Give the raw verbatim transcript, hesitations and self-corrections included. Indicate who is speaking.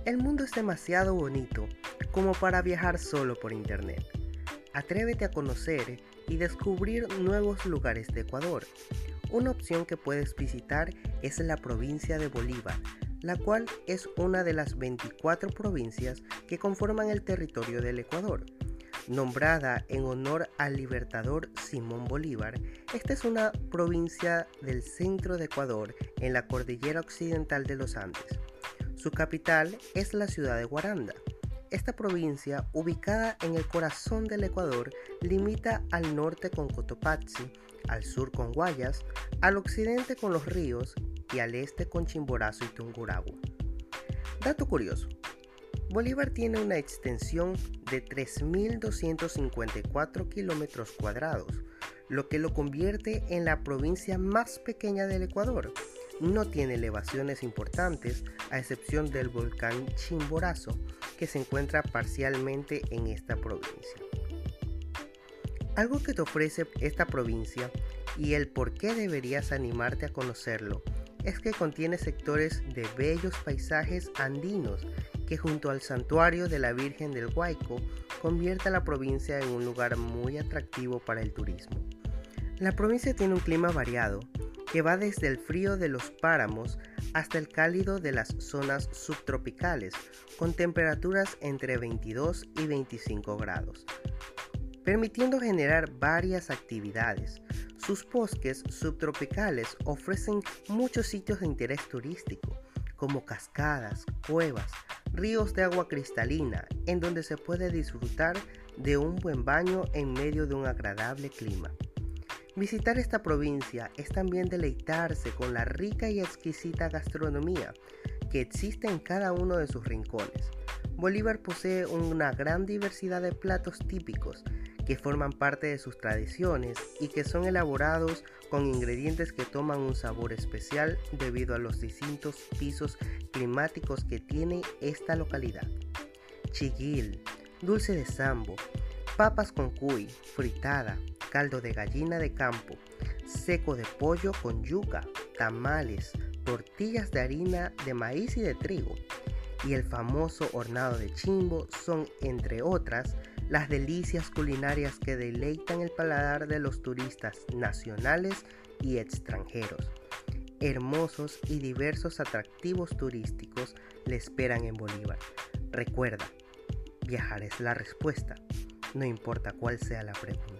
Speaker 1: El mundo es demasiado bonito como para viajar solo por internet. Atrévete a conocer y descubrir nuevos lugares de Ecuador. Una opción que puedes visitar es la provincia de Bolívar, la cual es una de las veinticuatro provincias que conforman el territorio del Ecuador. Nombrada en honor al libertador Simón Bolívar, esta es una provincia del centro de Ecuador en la cordillera occidental de los Andes. Su capital es la ciudad de Guaranda. Esta provincia, ubicada en el corazón del Ecuador, limita al norte con Cotopaxi, al sur con Guayas, al occidente con Los Ríos y al este con Chimborazo y Tungurahua. Dato curioso: Bolívar tiene una extensión de tres mil doscientos cincuenta y cuatro kilómetros cuadrados, lo que lo convierte en la provincia más pequeña del Ecuador. No tiene elevaciones importantes, a excepción del volcán Chimborazo, que se encuentra parcialmente en esta provincia. Algo que te ofrece esta provincia y el por qué deberías animarte a conocerlo es que contiene sectores de bellos paisajes andinos que, junto al santuario de la Virgen del Guayco, convierte a la provincia en un lugar muy atractivo para el turismo. La provincia tiene un clima variado que va desde el frío de los páramos hasta el cálido de las zonas subtropicales, con temperaturas entre veintidós y veinticinco grados, permitiendo generar varias actividades. Sus bosques subtropicales ofrecen muchos sitios de interés turístico, como cascadas, cuevas, ríos de agua cristalina, en donde se puede disfrutar de un buen baño en medio de un agradable clima. Visitar esta provincia es también deleitarse con la rica y exquisita gastronomía que existe en cada uno de sus rincones. Bolívar posee una gran diversidad de platos típicos que forman parte de sus tradiciones y que son elaborados con ingredientes que toman un sabor especial debido a los distintos pisos climáticos que tiene esta localidad. Chiguil, dulce de sambo, papas con cuy, fritada, caldo de gallina de campo, seco de pollo con yuca, tamales, tortillas de harina de maíz y de trigo, y el famoso hornado de chimbo son, entre otras, las delicias culinarias que deleitan el paladar de los turistas nacionales y extranjeros. Hermosos y diversos atractivos turísticos le esperan en Bolívar. Recuerda, viajar es la respuesta, no importa cuál sea la pregunta.